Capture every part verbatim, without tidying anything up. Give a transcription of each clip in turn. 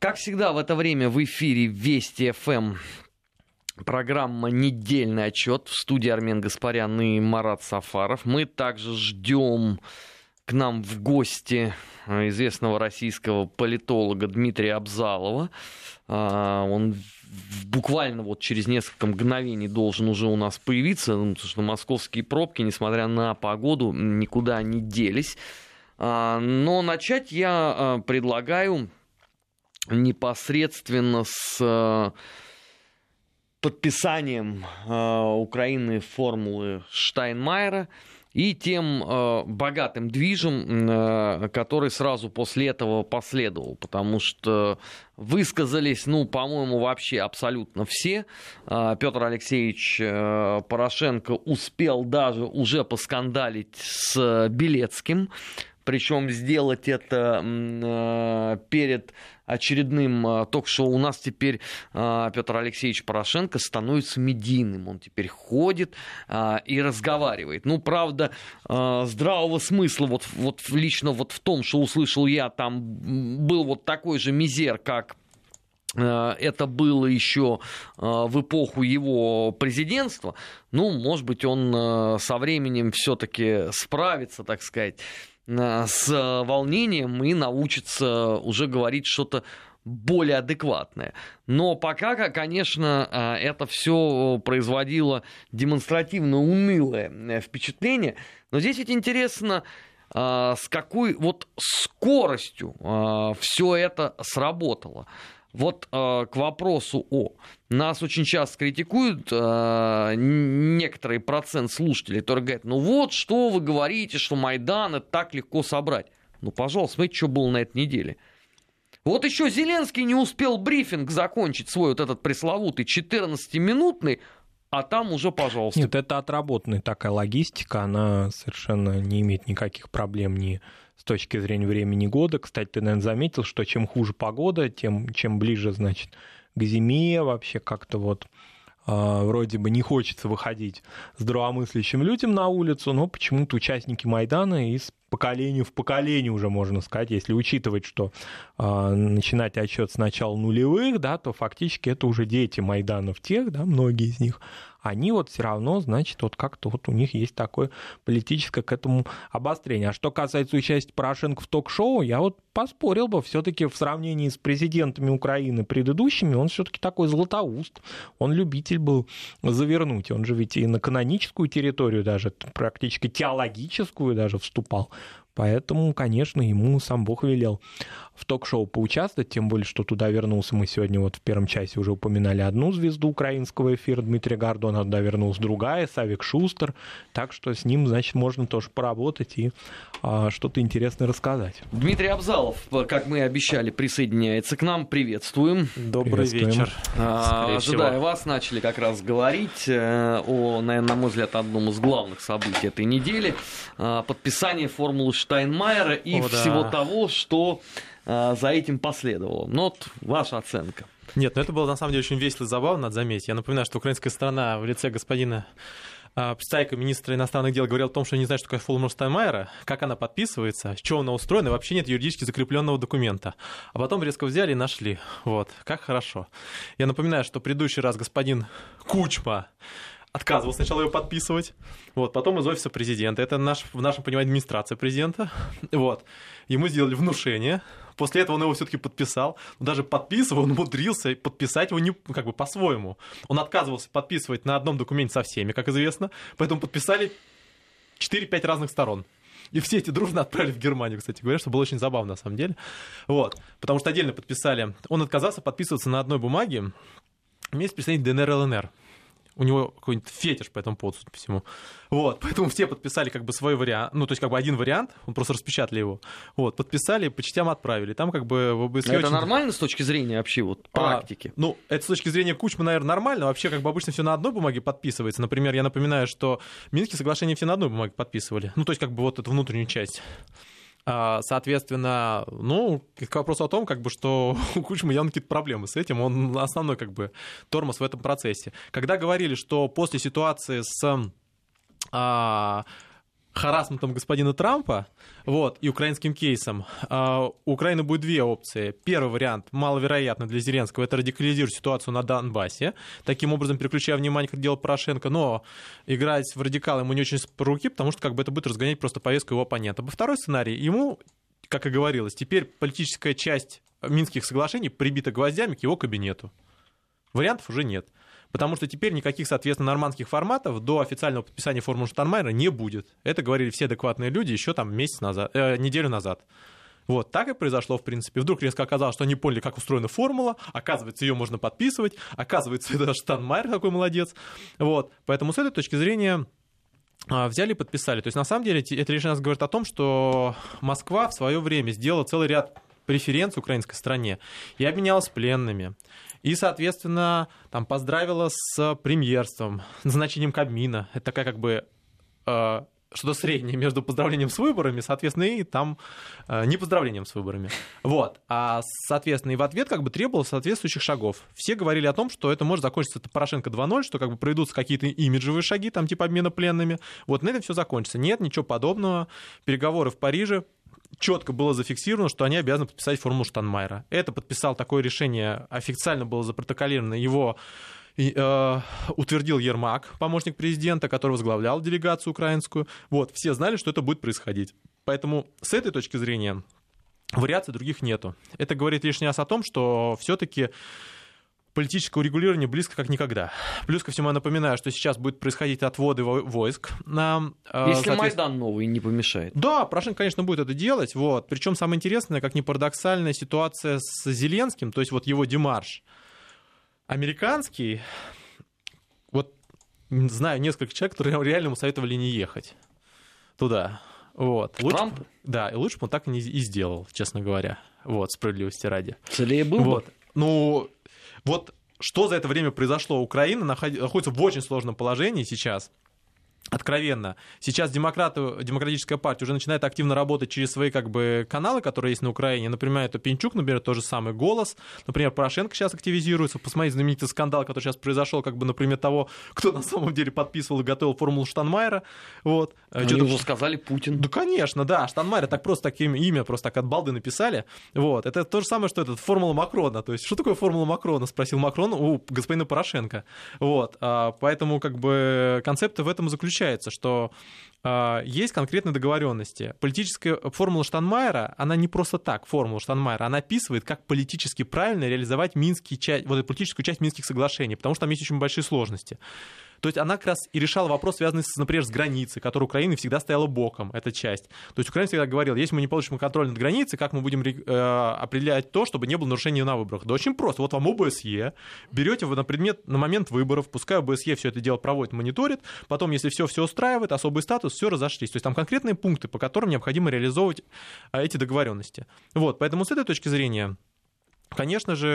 Как всегда в это время в эфире Вести эф эм. Программа «Недельный отчет». В студии Армен Гаспарян и Марат Сафаров. Мы также ждем к нам в гости известного российского политолога Дмитрия Абзалова. Он буквально вот через несколько мгновений должен уже у нас появиться, потому что московские пробки, несмотря на погоду, никуда не делись. Но начать я предлагаю непосредственно с подписанием Украины формулы Штайнмайера и тем э, богатым движем, э, который сразу после этого последовал, потому что высказались, ну, по-моему, вообще абсолютно все. Э, Петр Алексеевич э, Порошенко успел даже уже поскандалить с Белецким, причем сделать это э, перед очередным э, ток-шоу. У нас теперь э, Петр Алексеевич Порошенко становится медийным. Он теперь ходит э, и разговаривает. Ну, правда, э, здравого смысла вот, вот лично вот в том, что услышал я, там был вот такой же мизер, как это было еще в эпоху его президентства. Ну, может быть, он со временем все-таки справится, так сказать, с волнением и научится уже говорить что-то более адекватное. Но пока, конечно, это все производило демонстративно унылое впечатление. Но здесь ведь интересно, с какой вот скоростью все это сработало. Вот э, к вопросу о... Нас очень часто критикуют э, некоторый процент слушателей, которые говорят, ну вот, что вы говорите, что Майдан это так легко собрать. Ну, пожалуйста, смотрите, что было на этой неделе. Вот еще Зеленский не успел брифинг закончить свой вот этот пресловутый четырнадцатиминутный, а там уже, пожалуйста. Нет, это отработанная такая логистика, она совершенно не имеет никаких проблем ни с точки зрения времени года. Кстати, ты, наверное, заметил, что чем хуже погода, тем чем ближе, значит, к зиме, вообще как-то вот э, вроде бы не хочется выходить здравомыслящим людям на улицу, но почему-то участники Майдана из поколения в поколение уже, можно сказать, если учитывать, что э, начинать отсчет с начала нулевых, да, то фактически это уже дети Майданов тех, да, многие из них, они вот все равно, значит, вот как-то вот у них есть такое политическое к этому обострение. А что касается участия Порошенко в ток-шоу, я вот поспорил бы, все-таки в сравнении с президентами Украины предыдущими, он все-таки такой златоуст, он любитель был завернуть, он же ведь и на каноническую территорию даже, практически теологическую даже вступал. Поэтому, конечно, ему сам Бог велел в ток-шоу поучаствовать, тем более, что туда вернулся, мы сегодня вот в первом часе уже упоминали одну звезду украинского эфира, Дмитрия Гордона, туда вернулась другая, Савик Шустер, так что с ним, значит, можно тоже поработать и а, что-то интересное рассказать. Дмитрий Абзалов, как мы и обещали, присоединяется к нам, приветствуем. Добрый вечер. А, ожидая вас, начали как раз говорить о, наверное, на мой взгляд, одном из главных событий этой недели, подписание формулы Штайнмайера и О, всего да. того, что а, за этим последовало. Ну, вот ваша оценка. Нет, ну это было на самом деле очень весело и забавно, надо заметить. Я напоминаю, что украинская сторона в лице господина а, Пристайко, министра иностранных дел, говорил о том, что не знает, что такое формула Штайнмайера, как она подписывается, с чего она устроена, и вообще нет юридически закрепленного документа. А потом резко взяли и нашли. Вот, как хорошо. Я напоминаю, что предыдущий раз господин Кучма отказывался сначала ее подписывать, вот, потом из офиса президента, это наш, в нашем понимании администрация президента, вот, ему сделали внушение, после этого он его все-таки подписал, но даже подписывая, он умудрился подписать его не, как бы по-своему, он отказывался подписывать на одном документе со всеми, как известно, поэтому подписали четыре-пять разных сторон. И все эти дружно отправили в Германию, кстати говоря, что было очень забавно на самом деле, вот, потому что отдельно подписали, он отказался подписываться на одной бумаге вместе с представителем ДНР, ЛНР. У него какой-нибудь фетиш по этому поводу, судя по всему. Вот, поэтому все подписали как бы свой вариант, ну, то есть как бы один вариант, он просто распечатали его, вот, подписали, по частям отправили. Там как бы в ОБСЕ это очень... нормально с точки зрения вообще вот практики? А, ну, это с точки зрения Кучмы, наверное, нормально. Вообще, как бы обычно все на одной бумаге подписывается. Например, я напоминаю, что Минские соглашения все на одной бумаге подписывали. Ну, то есть как бы вот эту внутреннюю часть. Соответственно, ну, к вопросу о том, как бы, что у Кучмы явно какие-то проблемы с этим, он основной как бы тормоз в этом процессе. Когда говорили, что после ситуации с а, харассментом господина Трампа, вот, и украинским кейсом, uh, у Украины будет две опции. Первый вариант, маловероятно для Зеленского, это радикализировать ситуацию на Донбассе, таким образом переключая внимание, как делал Порошенко, но играть в радикалы ему не очень по руке, потому что как бы это будет разгонять просто повестку его оппонента. Второй сценарий, ему, как и говорилось, теперь политическая часть Минских соглашений прибита гвоздями к его кабинету. Вариантов уже нет. Потому что теперь никаких, соответственно, нормандских форматов до официального подписания формулы Штайнмайера не будет. Это говорили все адекватные люди еще там месяц назад, э, неделю назад. Вот, так и произошло, в принципе. Вдруг резко оказалось, что они поняли, как устроена формула, оказывается, ее можно подписывать, оказывается, это Штайнмайер такой молодец. Вот, поэтому с этой точки зрения взяли и подписали. То есть, на самом деле, это лишь раз говорит о том, что Москва в свое время сделала целый ряд преференций украинской стране и обменялась пленными. И, соответственно, там поздравила с премьерством, назначением Кабмина. Это такая как бы э, что-то среднее между поздравлением с выборами, соответственно, и там э, не поздравлением с выборами. Вот. А, соответственно, и в ответ как бы требовал соответствующих шагов. Все говорили о том, что это может закончиться это Порошенко два ноль, что как бы проведутся какие-то имиджевые шаги, там типа обмена пленными. Вот на этом все закончится. Нет, ничего подобного. Переговоры в Париже. Четко было зафиксировано, что они обязаны подписать формулу Штайнмайера. Это подписал, такое решение официально было запротоколировано, его э, утвердил Ермак, помощник президента, который возглавлял делегацию украинскую. Вот, все знали, что это будет происходить. Поэтому с этой точки зрения вариаций других нету. Это говорит лишний раз о том, что все-таки политического регулирования близко как никогда. Плюс ко всему я напоминаю, что сейчас будет происходить отводы войск. На, Если соответственно... Майдан новый не помешает. Да, Порошенко, конечно, будет это делать. Вот. Причем самое интересное, как ни парадоксальная ситуация с Зеленским, то есть вот его демарш американский, вот знаю несколько человек, которые реально ему советовали не ехать туда. Вот. К лучше, Трампу? Да, и лучше бы он так и, не, и сделал, честно говоря. Вот, справедливости ради. Целее был вот. бы. Ну... Вот что за это время произошло? Украина находится в очень сложном положении сейчас. Откровенно. Сейчас демократы, демократическая партия уже начинает активно работать через свои как бы, каналы, которые есть на Украине. Например, это Пинчук, например, тот же самый «Голос». Например, Порошенко сейчас активизируется. Посмотрите знаменитый скандал, который сейчас произошел, как бы, например, того, кто на самом деле подписывал и готовил формулу Штайнмайера. Вот. Они уже сказали Путин. Да, конечно, да. Штайнмайер так просто таким имя, просто так от балды написали. Вот. Это то же самое, что это формула Макрона. То есть, что такое формула Макрона? Спросил Макрон у господина Порошенко. Вот. Поэтому, как бы, концепты в этом и заключаются. Что э, есть конкретные договоренности. Политическая формула Штайнмайера, она не просто так, формула Штайнмайера, она описывает, как политически правильно реализовать минские часть, вот эту политическую часть Минских соглашений, потому что там есть очень большие сложности. То есть она как раз и решала вопрос, связанный, с, например, с границей, которая Украины всегда стояла боком, эта часть. То есть Украина всегда говорила, если мы не получим контроль над границей, как мы будем э, определять то, чтобы не было нарушений на выборах? Да очень просто. Вот вам ОБСЕ, берете вы на предмет, на момент выборов, пускай ОБСЕ все это дело проводит, мониторит, потом, если все все устраивает, особый статус, все разошлись. То есть там конкретные пункты, по которым необходимо реализовывать эти договоренности. Вот, поэтому с этой точки зрения... Конечно же,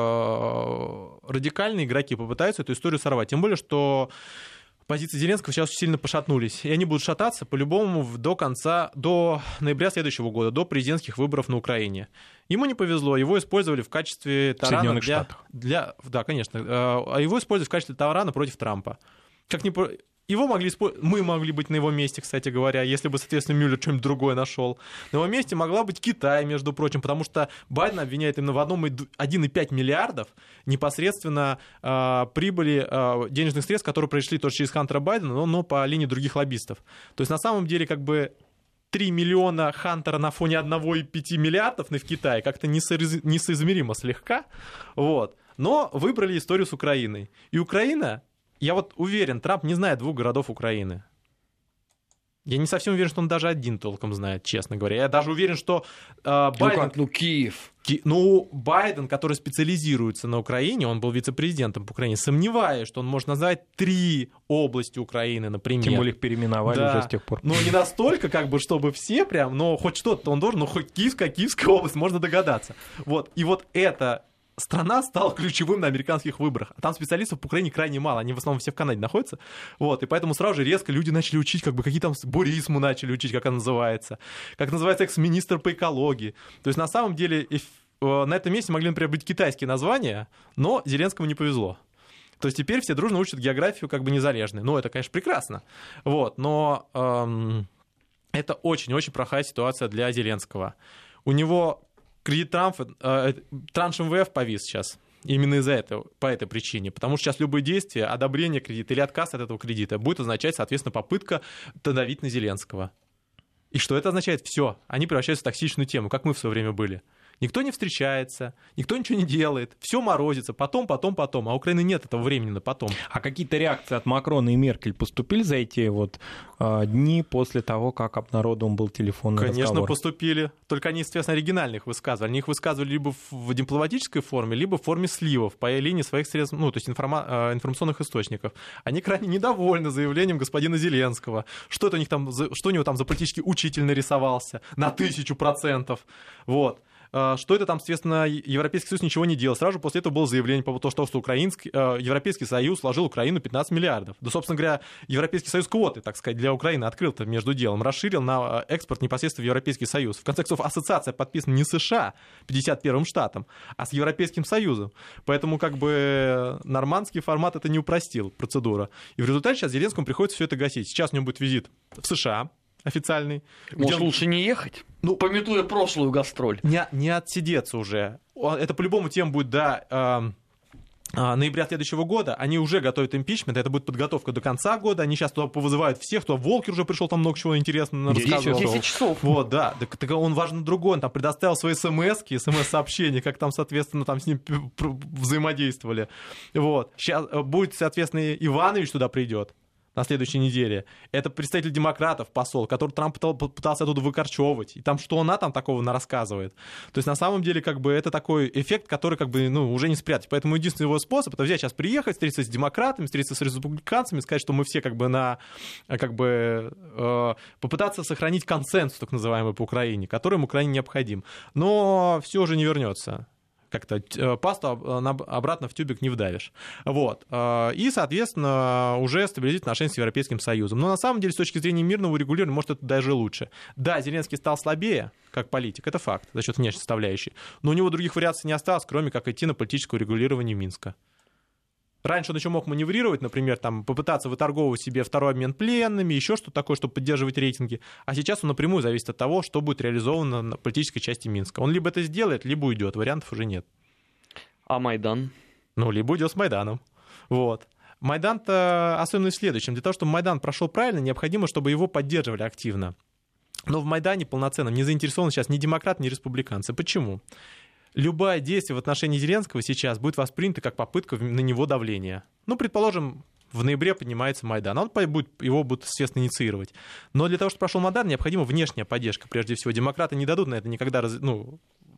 радикальные игроки попытаются эту историю сорвать. Тем более, что позиции Зеленского сейчас сильно пошатнулись. И они будут шататься по-любому до конца, до ноября следующего года, до президентских выборов на Украине. Ему не повезло, его использовали в качестве тарана для, для... Да, конечно. А его использовали в качестве тарана против Трампа. Как ни... Его могли использовать, мы могли быть на его месте, кстати говоря, если бы, соответственно, Мюллер что-нибудь другое нашел. На его месте могла быть Китай, между прочим, потому что Байден обвиняет именно в одном один и пять миллиардов непосредственно э, прибыли э, денежных средств, которые пришли тоже через Хантера Байдена, но, но по линии других лоббистов. То есть на самом деле как бы три миллиона Хантера на фоне одного и пяти миллиардов в Китае как-то несоиз... несоизмеримо слегка. Вот. Но выбрали историю с Украиной. И Украина... Я вот уверен, Трамп не знает двух городов Украины. Я не совсем уверен, что он даже один толком знает, честно говоря. Я даже уверен, что э, Байден... Ну как, ну Киев. Ки... Ну, Байден, который специализируется на Украине, он был вице-президентом по Украине, сомневаюсь, что он может назвать три области Украины, например. Тем более их переименовали да. уже с тех пор. Ну, не настолько, как бы, чтобы все прям, но хоть что-то он должен, ну, хоть Киевская, Киевская область, можно догадаться. Вот, и вот это... Страна стала ключевым на американских выборах. А там специалистов по Украине крайне мало. Они в основном все в Канаде находятся. Вот. И поэтому сразу же резко люди начали учить, как бы, какие там буризму начали учить, как она называется. Как называется экс-министр по экологии. То есть на самом деле на этом месте могли, например, быть китайские названия, но Зеленскому не повезло. То есть теперь все дружно учат географию как бы незалежной. Ну, это, конечно, прекрасно. Вот. Но... Эм... это очень-очень плохая ситуация для Зеленского. У него кредит транш, э, транш эм вэ эф повис сейчас. Именно из-за этого, по этой причине. Потому что сейчас любые действия, одобрение кредита или отказ от этого кредита будет означать, соответственно, попытка давить на Зеленского. И что это означает? Все, они превращаются в токсичную тему, как мы в свое время были. Никто не встречается, никто ничего не делает, все морозится, потом, потом, потом. А у Украины нет этого времени на потом. А какие-то реакции от Макрона и Меркель поступили за эти вот э, дни после того, как обнародован был телефонный Конечно, разговор? поступили. Только они, естественно, оригинальных высказывали. Они их высказывали либо в дипломатической форме, либо в форме сливов по линии своих средств, ну, то есть информа- информационных источников. Они крайне недовольны заявлением господина Зеленского. Что это у них там, что у него там за политический учитель нарисовался на тысячу процентов. Вот. Что это там, соответственно, Европейский Союз ничего не делал. Сразу после этого было заявление по поводу того, что украинский, Европейский Союз вложил Украину пятнадцать миллиардов. Да, собственно говоря, Европейский Союз квоты, так сказать, для Украины открыл-то между делом, расширил на экспорт непосредственно в Европейский Союз. В конце концов, ассоциация подписана не с США, пятьдесят первым штатом, а с Европейским Союзом. Поэтому как бы нормандский формат это не упростил, процедура. И в результате сейчас Зеленскому приходится все это гасить. Сейчас у него будет визит в США, официальный. Может, он... лучше не ехать? Ну, пометуя прошлую гастроль. Не, не отсидеться уже. Это по-любому тем будет до э, э, ноября следующего года. Они уже готовят импичмент. Это будет подготовка до конца года. Они сейчас туда повызывают всех. Туда Волкер уже пришел, там много чего интересного рассказывал. десять часов. Вот, да. Так, так он важно другой. Он там предоставил свои смс-ки, смс-сообщения, как там, соответственно, там с ним взаимодействовали. Вот. Сейчас будет, соответственно, Иванович туда придет на следующей неделе. Это представитель демократов, посол, который Трамп пытался оттуда выкорчевывать. И там что она там такого рассказывает. То есть на самом деле как бы это такой эффект, который как бы ну, уже не спрятать. Поэтому единственный его способ — это взять сейчас приехать, встретиться с демократами, встретиться с республиканцами, сказать, что мы все как бы на как бы э, попытаться сохранить консенсус, так называемый, по Украине, который Украине необходим. Но все уже не вернется. Как-то пасту обратно в тюбик не вдавишь. Вот. И, соответственно, уже стабилизировать отношения с Европейским Союзом. Но на самом деле, с точки зрения мирного урегулирования, может, это даже лучше. Да, Зеленский стал слабее, как политик, это факт, за счет внешней составляющей. Но у него других вариаций не осталось, кроме как идти на политическое урегулирование Минска. Раньше он еще мог маневрировать, например, там, попытаться выторговывать себе второй обмен пленными, еще что-то такое, чтобы поддерживать рейтинги. А сейчас он напрямую зависит от того, что будет реализовано на политической части Минска. Он либо это сделает, либо уйдет. Вариантов уже нет. А Майдан? Ну, либо уйдет с Майданом. Вот. Майдан-то особенно в следующем. Для того, чтобы Майдан прошел правильно, необходимо, чтобы его поддерживали активно. Но в Майдане полноценном не заинтересованы сейчас ни демократы, ни республиканцы. Почему? Любое действие в отношении Зеленского сейчас будет воспринято как попытка на него давления. Ну, предположим, в ноябре поднимается Майдан, он будет, его будут, естественно, инициировать. Но для того, чтобы прошел Майдан, необходима внешняя поддержка. Прежде всего, демократы не дадут на это никогда... Ну,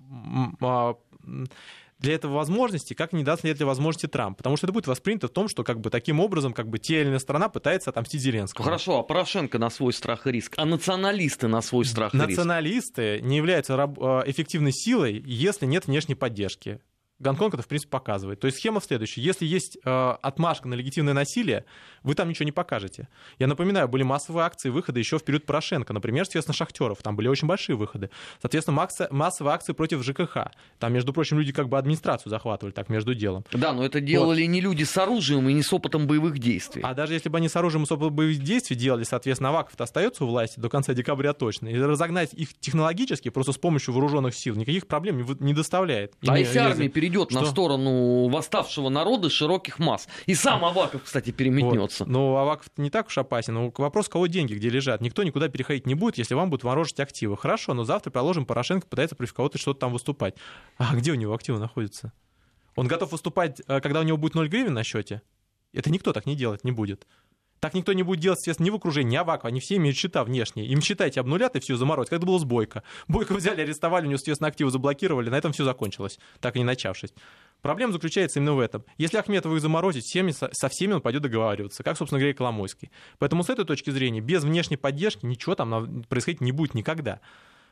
для этого возможности, как не даст ли это возможности Трамп. Потому что это будет воспринято в том, что как бы, таким образом как бы, те или иная страна пытается отомстить Зеленскому. Хорошо, а Порошенко на свой страх и риск, а националисты на свой страх и риск? Националисты не являются эффективной силой, если нет внешней поддержки. Гонконг это, в принципе, показывает. То есть схема в следующей. Если есть э, отмашка на легитимное насилие, вы там ничего не покажете. Я напоминаю, были массовые акции выхода еще в период Порошенко. Например, соответственно, шахтеров. Там были очень большие выходы. Соответственно, масса, массовые акции против ЖКХ. Там, между прочим, люди как бы администрацию захватывали так между делом. Да, но это делали вот. Не люди с оружием и не с опытом боевых действий. А даже если бы они с оружием и с опытом боевых действий делали, соответственно, Аваков-то остается у власти до конца декабря точно. И разогнать их технологически просто с помощью вооруженных сил никаких проблем не, не доставляет. А и если не, армия перейдет что? на сторону восставшего народа широких масс. И сам Аваков, кстати, переметнется. Вот. Но Аваков не так уж опасен. Но вопрос, кого деньги, где лежат. Никто никуда переходить не будет, если вам будут морожить активы. Хорошо, но завтра, положим, Порошенко пытается против кого-то что-то там выступать. А где у него активы находятся? Он готов выступать, когда у него будет ноль гривен на счете? Это никто так не делать не будет. Так никто не будет делать, естественно, ни в окружении, ни Авакова. Они все имеют счета внешние. Им считайте, обнулят и все заморозить. Как это было с Бойко. Бойко взяли, арестовали, у него, естественно, активы заблокировали. На этом все закончилось, так и не начавшись. Проблема заключается именно в этом. Если Ахметов их заморозить, всеми, со всеми он пойдет договариваться, как, собственно говоря, и Коломойский. Поэтому с этой точки зрения, без внешней поддержки ничего там происходить не будет никогда.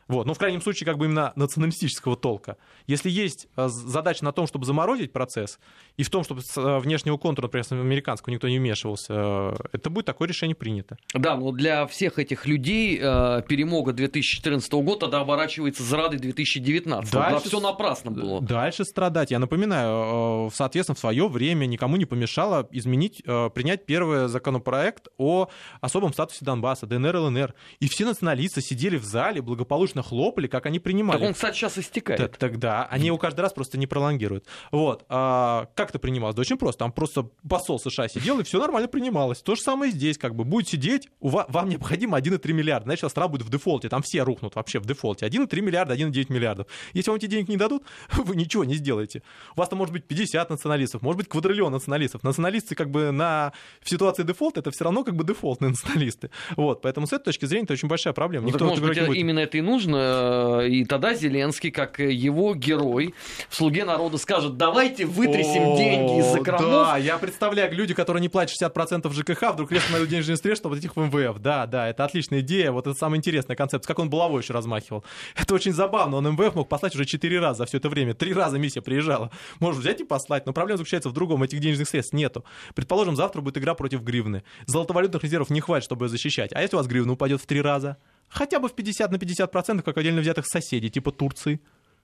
Вот. Ну, в крайнем случае, как бы именно националистического толка. Если есть задача на том, чтобы заморозить процесс, и в том, чтобы с внешнего контура, например, с американского никто не вмешивался, это будет такое решение принято. Да, но для всех этих людей э, перемога две тысячи четырнадцатого года тогда оборачивается зрадой две тысячи девятнадцатого. Дальше, да, все напрасно было. Дальше страдать. Я напоминаю, э, соответственно, в свое время никому не помешало изменить, э, принять первый законопроект о особом статусе Донбасса, ДНР, ЛНР. И все националисты сидели в зале, благополучно хлопали, как они принимали. Так он, кстати, сейчас истекает. Тогда они его каждый раз просто не пролонгируют. Вот. А как это принималось? Да очень просто. Там просто посол США сидел, и все нормально принималось. То же самое здесь. Как бы будет сидеть, у вас, вам необходимо один и три миллиарда. Значит, страна будет в дефолте. Там все рухнут вообще в дефолте. один и три миллиарда, один и девять миллиардов. Если вам эти денег не дадут, вы ничего не сделаете. У вас там может быть пятьдесят националистов, может быть квадриллион националистов. Националисты как бы на... в ситуации дефолта это все равно как бы дефолтные националисты. Вот. Поэтому с этой точки зрения это очень большая проблема. Ну, так, может быть, именно это и нужно. И тогда Зеленский, как его герой, в «Слуге народа» скажет: давайте вытрясем деньги из закромов. Да, я представляю, люди, которые не платят шестьдесят процентов ЖКХ, вдруг резко найдут денежные средства вот этих в эм вэ эф. Да, да, это отличная идея, вот это самая интересная концепция. Как он булавой еще размахивал. Это очень забавно. Он эм вэ эф мог послать уже четыре раза за все это время. Три раза миссия приезжала. Может взять и послать, но проблема заключается в другом. Этих денежных средств нету. Предположим, завтра будет игра против гривны. Золотовалютных резервов не хватит, чтобы ее защищать. А если у вас гривна упадет в три раза? Хотя бы в пятьдесят на пятьдесят процентов, как отдельно взятых соседей, типа Турции.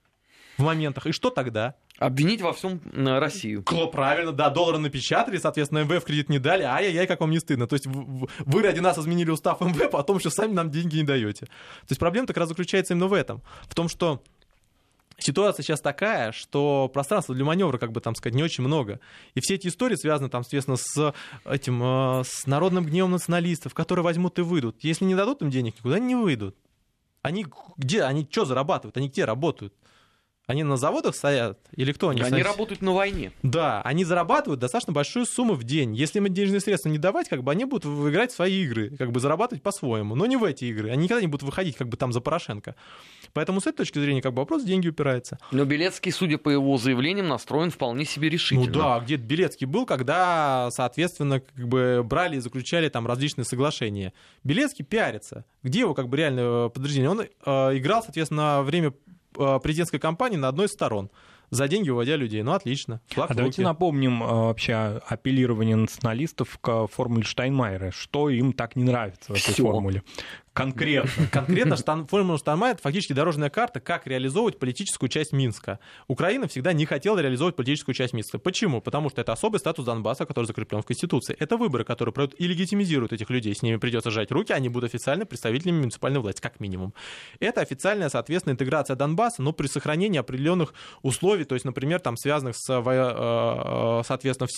В моментах. И что тогда? Обвинить во всем Россию. Правильно, да, доллары напечатали, соответственно, эм вэ эф кредит не дали, ай-яй-яй, как вам не стыдно. То есть вы ради нас изменили устав эм вэ эф, а потом еще сами нам деньги не даете. То есть проблема как раз заключается именно в этом. В том, что ситуация сейчас такая, что пространства для маневра, как бы там сказать, не очень много. И все эти истории связаны, там, соответственно, с этим, с народным гневом националистов, которые возьмут и выйдут. Если не дадут им денег, никуда они не выйдут. Они где? Они что зарабатывают? Они где работают? Они на заводах стоят? Или кто они? Они стоят? работают на войне. Да, они зарабатывают достаточно большую сумму в день. Если им денежные средства не давать, как бы они будут играть в свои игры, как бы зарабатывать по-своему. Но не в эти игры. Они никогда не будут выходить как бы там за Порошенко. Поэтому с этой точки зрения как бы вопрос в деньги упирается. Но Белецкий, судя по его заявлениям, настроен вполне себе решительно. Ну да, где Белецкий был, когда, соответственно, как бы брали и заключали там различные соглашения. Белецкий пиарится. Где его как бы реальное подразделение? Он э, играл, соответственно, время президентской кампании на одной из сторон, за деньги выводя людей. Ну, отлично. А давайте напомним вообще апеллирование националистов к формуле Штайнмайера. Что им так не нравится в этой Всё. формуле? Конкретно. Конкретно формула Штайнмайера — это фактически дорожная карта, как реализовывать политическую часть Минска. Украина всегда не хотела реализовывать политическую часть Минска. Почему? Потому что это особый статус Донбасса, который закреплен в Конституции. Это выборы, которые пройдут и легитимизируют этих людей. С ними придется сжать руки, они будут официально представителями муниципальной власти, как минимум. Это официальная, соответственно, интеграция Донбасса, но при сохранении определенных условий, то есть, например, там, связанных с, соответственно,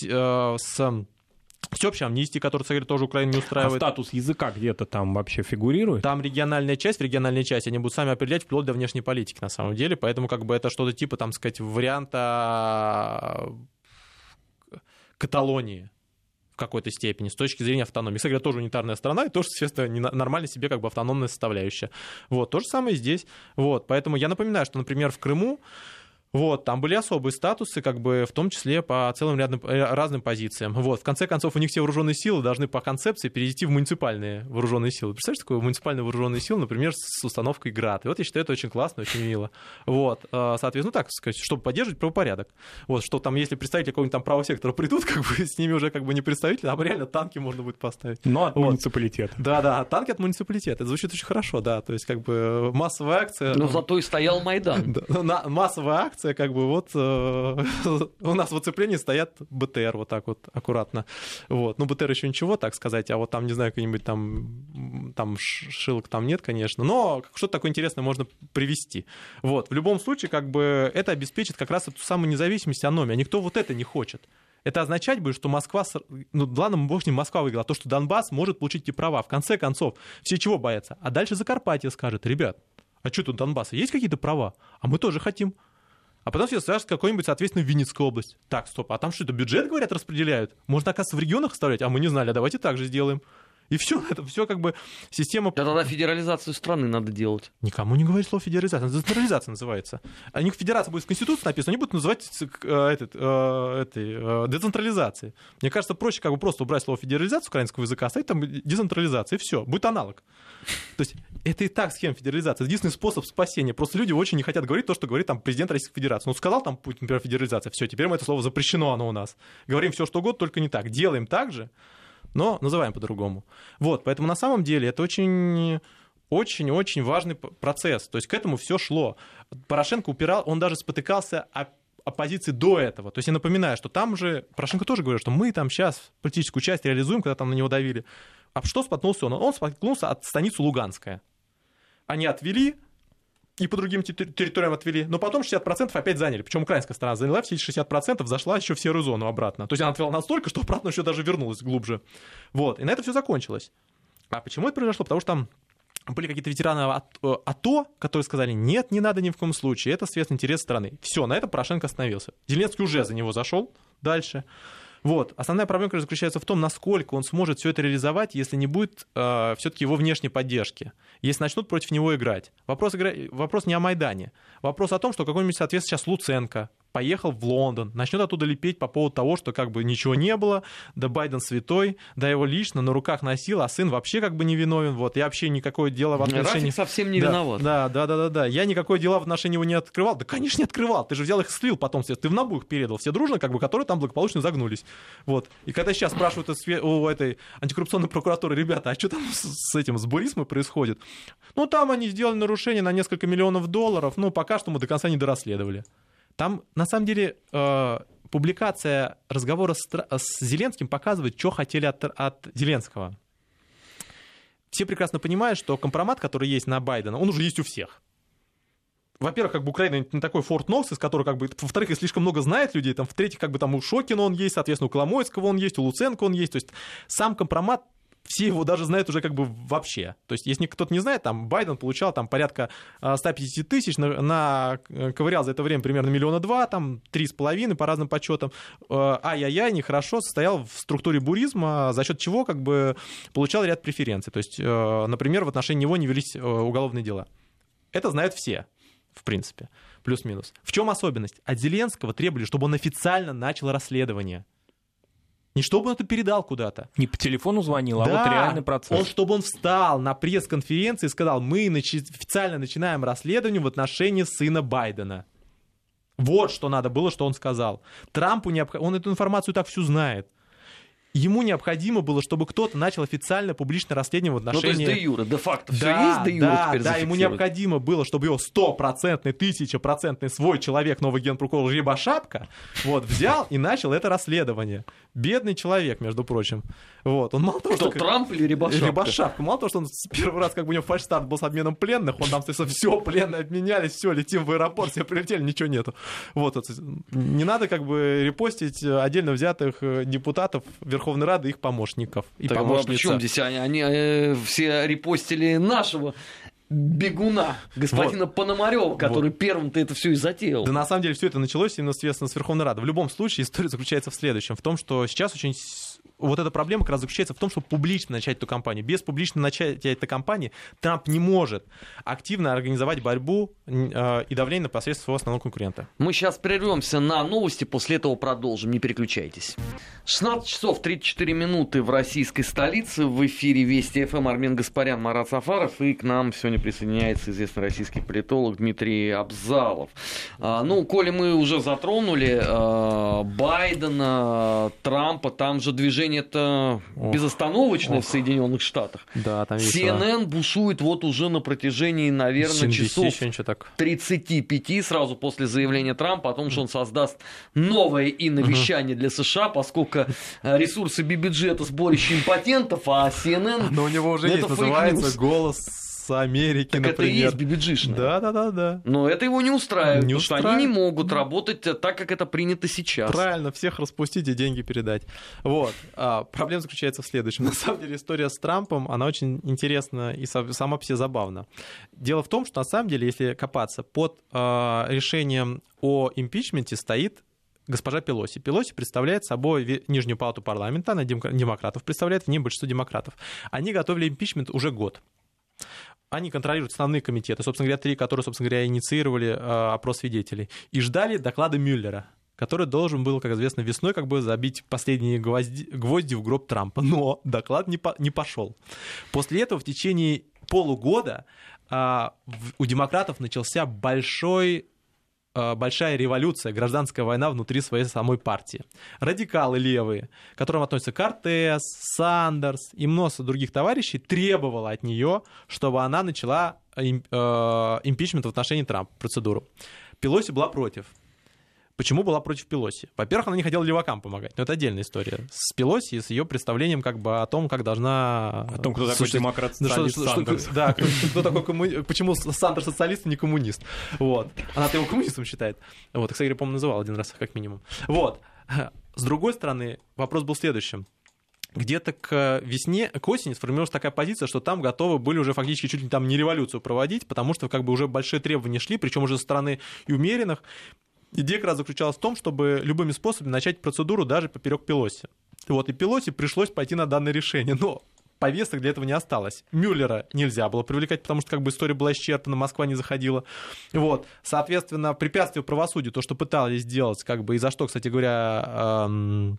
с всеобщей амнистией, которая, кстати, тоже Украину не устраивает. А статус языка где-то там вообще фигурирует? Там региональная часть, в региональной части они будут сами определять вплоть до внешней политики, на самом деле. Поэтому как бы это что-то типа, там сказать, варианта Каталонии в какой-то степени с точки зрения автономии. Кстати говоря, тоже унитарная страна, и тоже, естественно, нормально себе как бы автономная составляющая. Вот, то же самое и здесь. Вот, поэтому я напоминаю, что, например, в Крыму вот, там были особые статусы, как бы, в том числе по целым рядным, разным позициям. Вот, в конце концов, у них все вооруженные силы должны по концепции перейти в муниципальные вооруженные силы. Представляете, такое муниципальные вооруженные силы, например, с установкой ГРАД. И вот я считаю, это очень классно, очень мило. Вот, соответственно, ну, так сказать, чтобы поддерживать правопорядок. Вот, что там, если представители какого-нибудь там правого сектора придут, как бы, с ними уже как бы не представители, а реально танки можно будет поставить. Но от вот. Муниципалитета. Да-да, танки от муниципалитета. Это звучит очень хорошо, да, то есть, как бы, массовая акция. Но зато и стоял Майдан. Массовая акция, как бы, вот, у нас в оцеплении стоят БТР вот так вот аккуратно. Вот. Ну, БТР еще ничего, так сказать, а вот там, не знаю, какой-нибудь там, там шилок там нет, конечно, но что-то такое интересное можно привести. Вот. В любом случае, как бы это обеспечит как раз эту самую независимость, автономию, а никто вот это не хочет. Это означать будет, что Москва, ну, ладно, бог с ним, Москва выиграла, а то, что Донбасс может получить эти права. В конце концов, все чего боятся? А дальше Закарпатье скажет: ребят, а что тут Донбасса? Есть какие-то права? А мы тоже хотим. А потом все свяжут какой-нибудь, соответственно, Винницкая область. Так, стоп, а там что-то бюджет, говорят, распределяют? Можно, оказывается, в регионах оставлять? А мы не знали, а давайте так же сделаем. И все, это все как бы система... Да, тогда федерализацию страны надо делать. Никому не говорит слово федерализация, это децентрализация называется. А у них федерация будет в Конституции написано, они будут называть этот, этой, децентрализацией. Мне кажется, проще как бы просто убрать слово федерализация украинского языка, оставить там децентрализация, и все, будет аналог. То есть Это и так схема федерализации. Это единственный способ спасения. Просто люди очень не хотят говорить то, что говорит там президент Российской Федерации. Ну, сказал там Путин, например, федерализация, все, теперь мы это слово запрещено, оно у нас. Говорим все, что угодно, только не так. Делаем так же, но называем по-другому. Вот, поэтому на самом деле это очень... Очень-очень важный процесс. То есть к этому все шло. Порошенко упирал, он даже спотыкался о, о позиции до этого. То есть я напоминаю, что там же Порошенко тоже говорил, что мы там сейчас политическую часть реализуем, когда там на него давили. А что споткнулся он? Он споткнулся от станицы Луганская. Они отвели и по другим территориям отвели, но потом шестьдесят процентов опять заняли. Причем украинская сторона заняла все эти шестьдесят процентов, зашла еще в серую зону обратно. То есть она отвела настолько, что обратно еще даже вернулась глубже. Вот. И на это все закончилось. А почему это произошло? Потому что там были какие-то ветераны АТО, которые сказали, нет, не надо ни в коем случае, это средство интереса страны. Все, на это Порошенко остановился. Зеленский уже за него зашел дальше. Вот. Основная проблема заключается в том, насколько он сможет все это реализовать, если не будет э, все-таки его внешней поддержки, если начнут против него играть. Вопрос, игра... Вопрос не о Майдане. Вопрос о том, что какой-нибудь, соответственно, сейчас Луценко поехал в Лондон, начнет оттуда лепеть по поводу того, что как бы ничего не было, да Байден святой, да его лично на руках носил, а сын вообще как бы не виновен, вот, я вообще никакое дело в отношении... Рафик совсем не да, виноват. Да, да, да, да, да, я никакое дело в отношении его не открывал, да, конечно, не открывал, ты же взял их и слил потом, ты в НАБУ их передал, все дружно, как бы, которые там благополучно загнулись, вот, и когда сейчас спрашивают у этой антикоррупционной прокуратуры, ребята, а что там с этим, с Бурисмой происходит? Ну, там они сделали нарушение на несколько миллионов долларов, ну, пока что мы до конца не дорасследовали. Там, на самом деле, э, публикация разговора с, с Зеленским показывает, что хотели от, от Зеленского. Все прекрасно понимают, что компромат, который есть на Байдена, он уже есть у всех. Во-первых, как бы Украина не такой Форт Нокс, из которого, как бы, во-вторых, слишком много знает людей, там, в-третьих, как бы там у Шокина он есть, соответственно, у Коломойского он есть, у Луценко он есть, то есть сам компромат, все его даже знают уже как бы вообще. То есть, если кто-то не знает, там Байден получал там порядка сто пятьдесят тысяч, на, на, ковырял за это время примерно миллиона два, там три с половиной по разным подсчетам. Ай-яй-яй, нехорошо, состоял в структуре буризма, за счет чего как бы получал ряд преференций. То есть, например, в отношении него не велись уголовные дела. Это знают все, в принципе, плюс-минус. В чем особенность? От Зеленского требовали, чтобы он официально начал расследование. Не чтобы он это передал куда-то. Не по телефону звонил, а да, вот реальный процесс. Он, чтобы он встал на пресс-конференции и сказал, мы начи- официально начинаем расследование в отношении сына Байдена. Вот что надо было, что он сказал. Трампу необходимо... Он эту информацию так всю знает. Ему необходимо было, чтобы кто-то начал официально публично расследование в отношении... Ну, то есть де-юре, де-факто все да, есть, де-юре да, теперь да, ему необходимо было, чтобы его стопроцентный, тысячепроцентный свой человек, новый генпрокурор Рябошапка, вот, взял и начал это расследование. Бедный человек, между прочим. Вот, он мало того, что... что Трамп или Рябошапка? Рябошапка. Мало того, что он с первый раз, как бы у него фальшстарт был с обменом пленных, он там, все, пленные обменялись, все, летим в аэропорт, все прилетели, ничего нету. Вот, не надо как бы репостить отдельно взятых депутатов Верховной Рады и их помощников. И так, а почему здесь они, они э, все репостили нашего бегуна, господина вот. Пономарёва, который вот. Первым-то это все и затеял. Да на самом деле все это началось именно, соответственно, с Верховной Рады. В любом случае история заключается в следующем, в том, что сейчас очень... Вот эта проблема как раз заключается в том, чтобы публично начать эту кампанию. Без публичного начатия этой кампании Трамп не может активно организовать борьбу э, и давление непосредственно своего основного конкурента. Мы сейчас прервемся на новости, после этого продолжим. Не переключайтесь. шестнадцать часов тридцать четыре минуты в российской столице. В эфире Вести ФМ Армен Гаспарян, Марат Сафаров. И к нам сегодня присоединяется известный российский политолог Дмитрий Абзалов. А, ну, коли мы уже затронули а, Байдена, Трампа, там же движение это ох, безостановочное ох. в Соединенных Штатах. Да, там Си Эн Эн бушует вот уже на протяжении, наверное, часов тридцать пять сразу после заявления Трампа о том, что он создаст новое иновещание для США, поскольку ресурсы би би джи это сборище импотентов, а Си Эн Эн... Но у него уже есть, называется «Голос Америки», так например. Это и есть би би джи-шное. Да, да, да, да. Но это его не устраивает, не потому устраивает. Что они не могут работать так, как это принято сейчас. Правильно, всех распустить и деньги передать. Вот. А, проблема заключается в следующем. На самом деле история с Трампом, она очень интересна и сама по себе забавна. Дело в том, что на самом деле, если копаться, под а, решением о импичменте стоит госпожа Пелоси. Пелоси представляет собой нижнюю палату парламента, она демократов представляет, в ней большинство демократов. Они готовили импичмент уже год. Они контролируют основные комитеты, собственно говоря, три, которые, собственно говоря, инициировали э, опрос свидетелей, и ждали доклада Мюллера, который должен был, как известно, весной как бы забить последние гвозди, гвозди в гроб Трампа. Но доклад не, по, не пошел. После этого в течение полугода а, в, у демократов начался большой, а, большая революция, гражданская война внутри своей самой партии. Радикалы левые, к которым относятся Кортес, Сандерс и множество других товарищей, требовало от нее, чтобы она начала им, а, импичмент в отношении Трампа, процедуру. Пелоси была против. Почему была против Пелоси? Во-первых, она не хотела левакам помогать, но это отдельная история. С Пелоси и с ее представлением как бы о том, как должна... О том, кто такой демократ-социалист да, Сандерс. Что, да, кто, кто такой коммунист, почему Сандерс социалист, а не коммунист. Вот. Она-то его коммунистом считает. Вот, кстати, по-моему, называл один раз, как минимум. Вот. С другой стороны, вопрос был следующим. Где-то к весне, к осени сформировалась такая позиция, что там готовы были уже фактически чуть ли там не революцию проводить, потому что как бы уже большие требования шли, причем уже со стороны и умеренных. Идея как раз заключалась в том, чтобы любыми способами начать процедуру даже поперек Пелоси. Вот, и Пелоси пришлось пойти на данное решение, но повесток для этого не осталось. Мюллера нельзя было привлекать, потому что как бы история была исчерпана, Москва не заходила. Вот, соответственно, препятствие правосудию, то, что пытались сделать, как бы, и за что, кстати говоря, эм,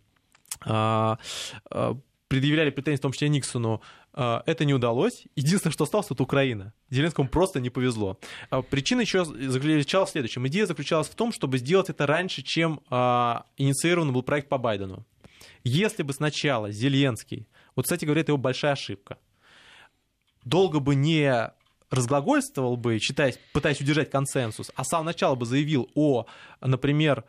э, э, предъявляли претензии, в том числе Никсону, это не удалось. Единственное, что осталось, это Украина. Зеленскому просто не повезло. Причина еще заключалась в следующем. Идея заключалась в том, чтобы сделать это раньше, чем инициирован был проект по Байдену. Если бы сначала Зеленский, вот, кстати говоря, это его большая ошибка, долго бы не разглагольствовал бы, читаясь, пытаясь удержать консенсус, а с самого начала бы заявил о, например,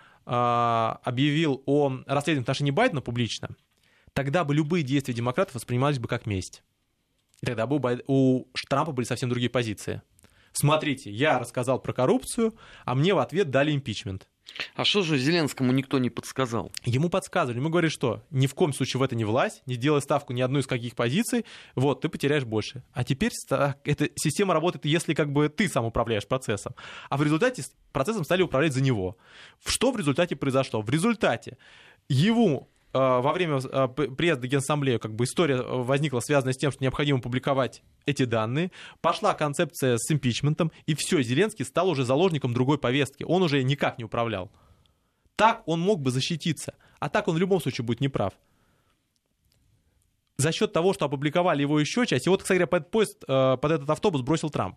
объявил о расследовании в отношении Байдена публично, тогда бы любые действия демократов воспринимались бы как месть. И тогда бы у, Байд... у Трампа были совсем другие позиции. Смотрите, я рассказал про коррупцию, а мне в ответ дали импичмент. А что же Зеленскому никто не подсказал? Ему подсказывали. Ему говорили, что ни в коем случае в это не влазь, не делай ставку ни одной из каких позиций, вот, ты потеряешь больше. А теперь эта система работает, если как бы ты сам управляешь процессом. А в результате процессом стали управлять за него. Что в результате произошло? В результате ему... во время приезда в Генассамблею как бы история возникла, связанная с тем, что необходимо публиковать эти данные. Пошла концепция с импичментом, и все, Зеленский стал уже заложником другой повестки. Он уже никак не управлял. Так он мог бы защититься, а так он в любом случае будет неправ. За счет того, что опубликовали его еще часть, и вот, кстати говоря, под поезд, под этот автобус бросил Трамп.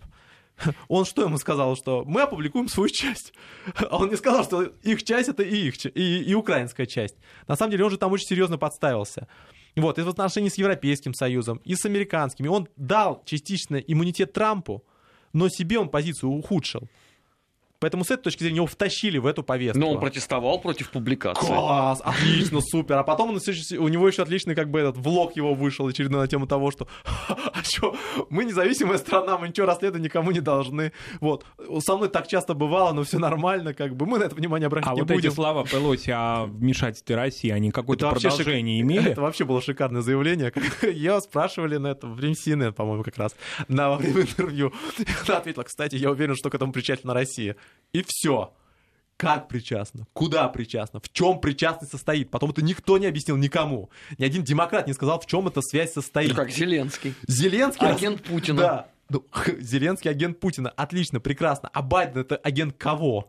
Он что ему сказал, что мы опубликуем свою часть. А он не сказал, что их часть — это и их, и, и украинская часть. На самом деле он же там очень серьезно подставился. Вот, и в отношении с Европейским Союзом, и с американскими. Он дал частично иммунитет Трампу, но себе он позицию ухудшил. Поэтому с этой точки зрения его втащили в эту повестку. Но он протестовал против публикации. Класс, отлично, супер. А потом он, у него еще отличный как бы этот влог его вышел очередной на тему того, что а что, мы независимая страна, мы ничего расследовать никому не должны. Вот. Со мной так часто бывало, но все нормально, как бы мы на это внимание обращать а не вот будем. А вот эти слова Пелоси о вмешательстве России, они какое-то это продолжение шик... имели? Это вообще было шикарное заявление. Ее спрашивали на это, в Ремсине, по-моему, как раз, на во время интервью. Она ответила, кстати, я уверен, что к этому причастна Россия. И все. Как причастна? Куда причастна? В чем причастность состоит? Потом это никто не объяснил никому. Ни один демократ не сказал, в чем эта связь состоит. Ну, как Зеленский. Зеленский... Агент Путина. Да. Ну, Зеленский агент Путина. Отлично, прекрасно. А Байден — это агент кого?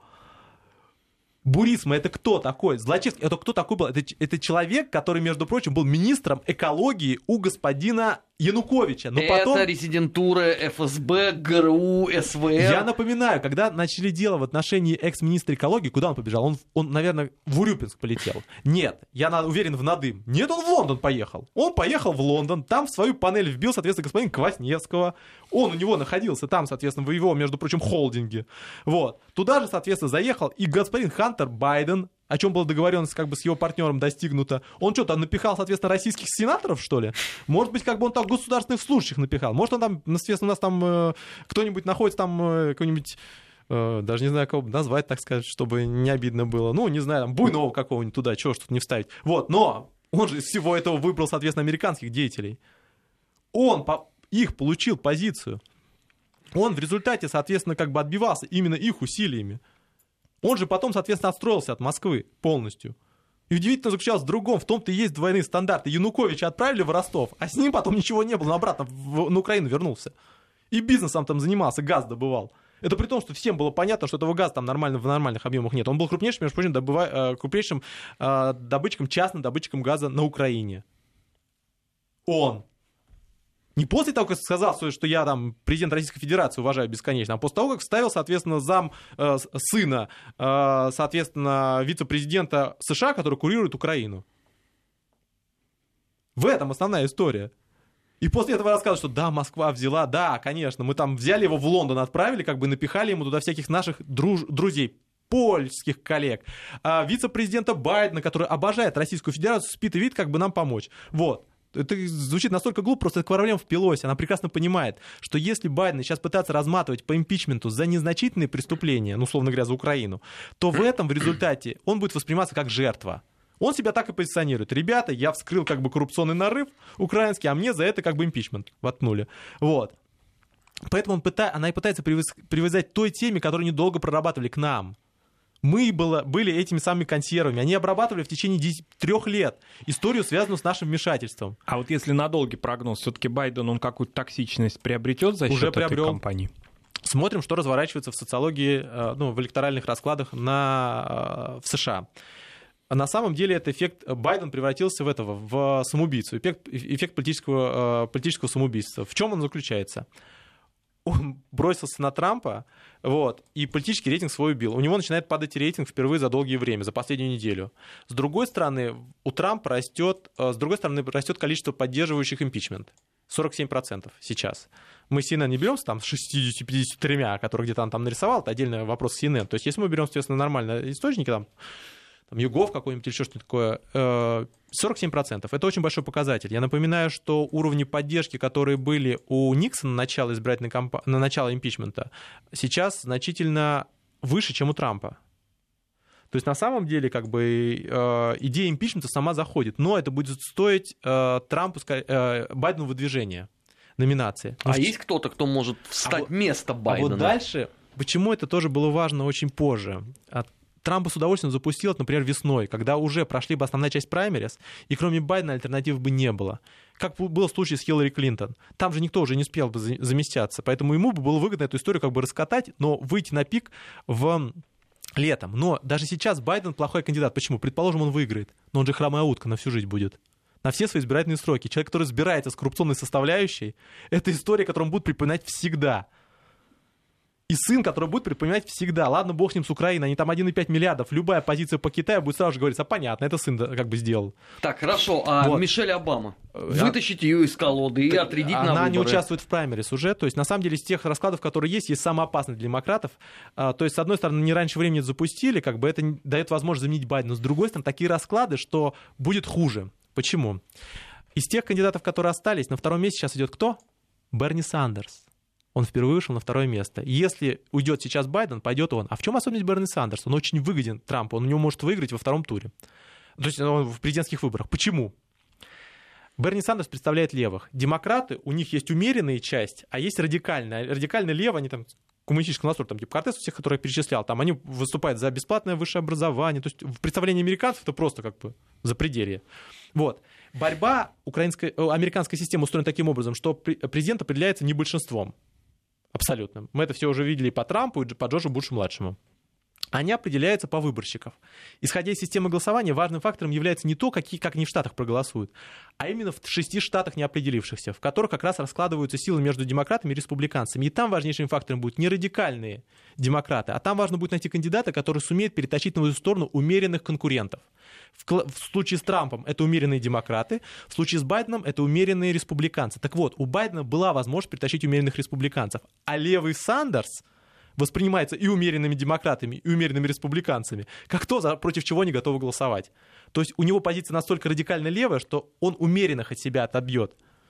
Бурисма — это кто такой? Злочевский — это кто такой был? Это, это человек, который, между прочим, был министром экологии у господина Януковича. Но это потом... резидентура эф эс бэ, гэ эр у, эс вэ эр. Я напоминаю, когда начали дело в отношении экс-министра экологии, куда он побежал? Он, он, наверное, в Урюпинск полетел. Нет, я уверен, в Надым. Нет, он в Лондон поехал. Он поехал в Лондон, там в свою панель вбил, соответственно, господин Квасневского. Он у него находился там, соответственно, в его, между прочим, холдинге. Вот. Туда же, соответственно, заехал и господин Хантер Байден, о чем была договоренность как бы с его партнером достигнута. Он что, там напихал, соответственно, российских сенаторов, что ли? Может быть, как бы он там государственных служащих напихал. Может, он там, соответственно, у нас там э, кто-нибудь находится, там э, какой-нибудь, э, даже не знаю, кого назвать, так сказать, чтобы не обидно было. Ну, не знаю, там, Буйного какого-нибудь туда, чего ж тут не вставить. Вот, но он же из всего этого выбрал, соответственно, американских деятелей. Он по- их получил позицию. Он в результате, соответственно, как бы отбивался именно их усилиями. Он же потом, соответственно, отстроился от Москвы полностью. И удивительно заключалось в другом, в том-то и есть двойные стандарты. Януковича отправили в Ростов, а с ним потом ничего не было, он обратно в, на Украину вернулся. И бизнесом там занимался, газ добывал. Это при том, что всем было понятно, что этого газа там нормально, в нормальных объемах нет. Он был крупнейшим, между прочим, добыва, крупнейшим э, добытчиком, частным добытчиком газа на Украине. Он. Не после того, как сказал, что я там президент Российской Федерации уважаю бесконечно, а после того, как вставил, соответственно, зам э, сына, э, соответственно, вице-президента США, который курирует Украину. В этом основная история. И после этого рассказывают, что да, Москва взяла, да, конечно, мы там взяли его в Лондон, отправили, как бы напихали ему туда всяких наших друж, друзей, польских коллег, а, вице-президента Байдена, который обожает Российскую Федерацию, спит и видит, как бы нам помочь. Вот. Это звучит настолько глупо, просто эта проблема впилась. Она прекрасно понимает, что если Байден сейчас пытается разматывать по импичменту за незначительные преступления, ну, условно говоря, за Украину, то в этом, в результате, он будет восприниматься как жертва. Он себя так и позиционирует. Ребята, я вскрыл как бы коррупционный нарыв украинский, а мне за это как бы импичмент воткнули. Вот. Поэтому он пыта... она и пытается привязать той теме, которую они долго прорабатывали к нам. Мы было, были этими самыми консервами. Они обрабатывали в течение трех лет историю, связанную с нашим вмешательством. А вот если на долгий прогноз, все-таки Байден, он какую-то токсичность приобретет за счет Уже этой приобрел. кампании? Смотрим, что разворачивается в социологии, ну, в электоральных раскладах на, в США. На самом деле это эффект, Байден превратился в этого, в самоубийцу, эффект, эффект политического, политического самоубийства. В чем он заключается? Он бросился на Трампа, вот, и политический рейтинг свой убил. У него начинает падать рейтинг впервые за долгое время, за последнюю неделю. С другой стороны, у Трампа растет, с другой стороны, растет количество поддерживающих импичмент. сорок семь процентов сейчас. Мы си эн эн не берем там, с шестьюдесятью тремя, которые где-то он там нарисовал, это отдельный вопрос си эн эн. То есть если мы берем, соответственно, нормальные источники, там, там Югов какой-нибудь или еще что-то такое, сорок семь процентов. Это очень большой показатель. Я напоминаю, что уровни поддержки, которые были у Никсона на начало избирательной кампании, на начало импичмента, сейчас значительно выше, чем у Трампа. То есть на самом деле как бы идея импичмента сама заходит, но это будет стоить Трампу, Байдену выдвижения, номинации. А есть кто-то, кто может встать а вместо вот, Байдена? А вот дальше, почему это тоже было важно очень позже? Трамп бы с удовольствием запустил это, например, весной, когда уже прошли бы основная часть праймерис, и кроме Байдена альтернатив бы не было. Как было в случае с Хиллари Клинтон. Там же никто уже не успел бы заместяться, поэтому ему бы было выгодно эту историю как бы раскатать, но выйти на пик в летом. Но даже сейчас Байден плохой кандидат. Почему? Предположим, он выиграет, но он же хромая утка на всю жизнь будет. На все свои избирательные сроки. Человек, который избирается с коррупционной составляющей, это история, которую он будет припоминать всегда. И сын, который будет припоминать всегда. Ладно, бог с ним, с Украиной, они там один и пять миллиардов. Любая позиция по Китаю будет сразу же говориться, а понятно, это сын как бы сделал. Так, хорошо, а вот. Мишель Обама? Вытащить ее из колоды и отрядить на выборы. Она не участвует в праймерис уже. То есть, на самом деле, из тех раскладов, которые есть, есть самые опасные для демократов. То есть, с одной стороны, не раньше времени запустили, как бы это дает возможность заменить Байдена. Но с другой стороны, такие расклады, что будет хуже. Почему? Из тех кандидатов, которые остались, на втором месте сейчас идет кто? Берни Сандерс. Он впервые вышел на второе место. Если уйдет сейчас Байден, пойдет он. А в чем особенность Берни Сандерса? Он очень выгоден Трампу. Он у него может выиграть во втором туре. То есть в президентских выборах. Почему? Берни Сандерс представляет левых. Демократы, у них есть умеренная часть, а есть радикальная. Радикально левые, они там коммунистического настроя, там, типа Кортес, всех, которые я перечислял, там, они выступают за бесплатное высшее образование. То есть в представлении американцев это просто как бы запределье. Вот. Борьба украинской, американской системы устроена таким образом, что президент определяется не большинством. Абсолютно. Мы это все уже видели и по Трампу, и по Джорджу Бушу-младшему. Они определяются по выборщиков. Исходя из системы голосования, важным фактором является не то, какие, как они в Штатах проголосуют, а именно в шести штатах неопределившихся, в которых как раз раскладываются силы между демократами и республиканцами. И там важнейшим фактором будут не радикальные демократы, а там важно будет найти кандидата, который сумеет перетащить на свою сторону умеренных конкурентов. В, в случае с Трампом это умеренные демократы, в случае с Байденом это умеренные республиканцы. Так вот, у Байдена была возможность перетащить умеренных республиканцев, а левый Сандерс воспринимается и умеренными демократами, и умеренными республиканцами, как то, против чего они готовы голосовать. То есть у него позиция настолько радикально левая, что он умеренных от себя отобьет.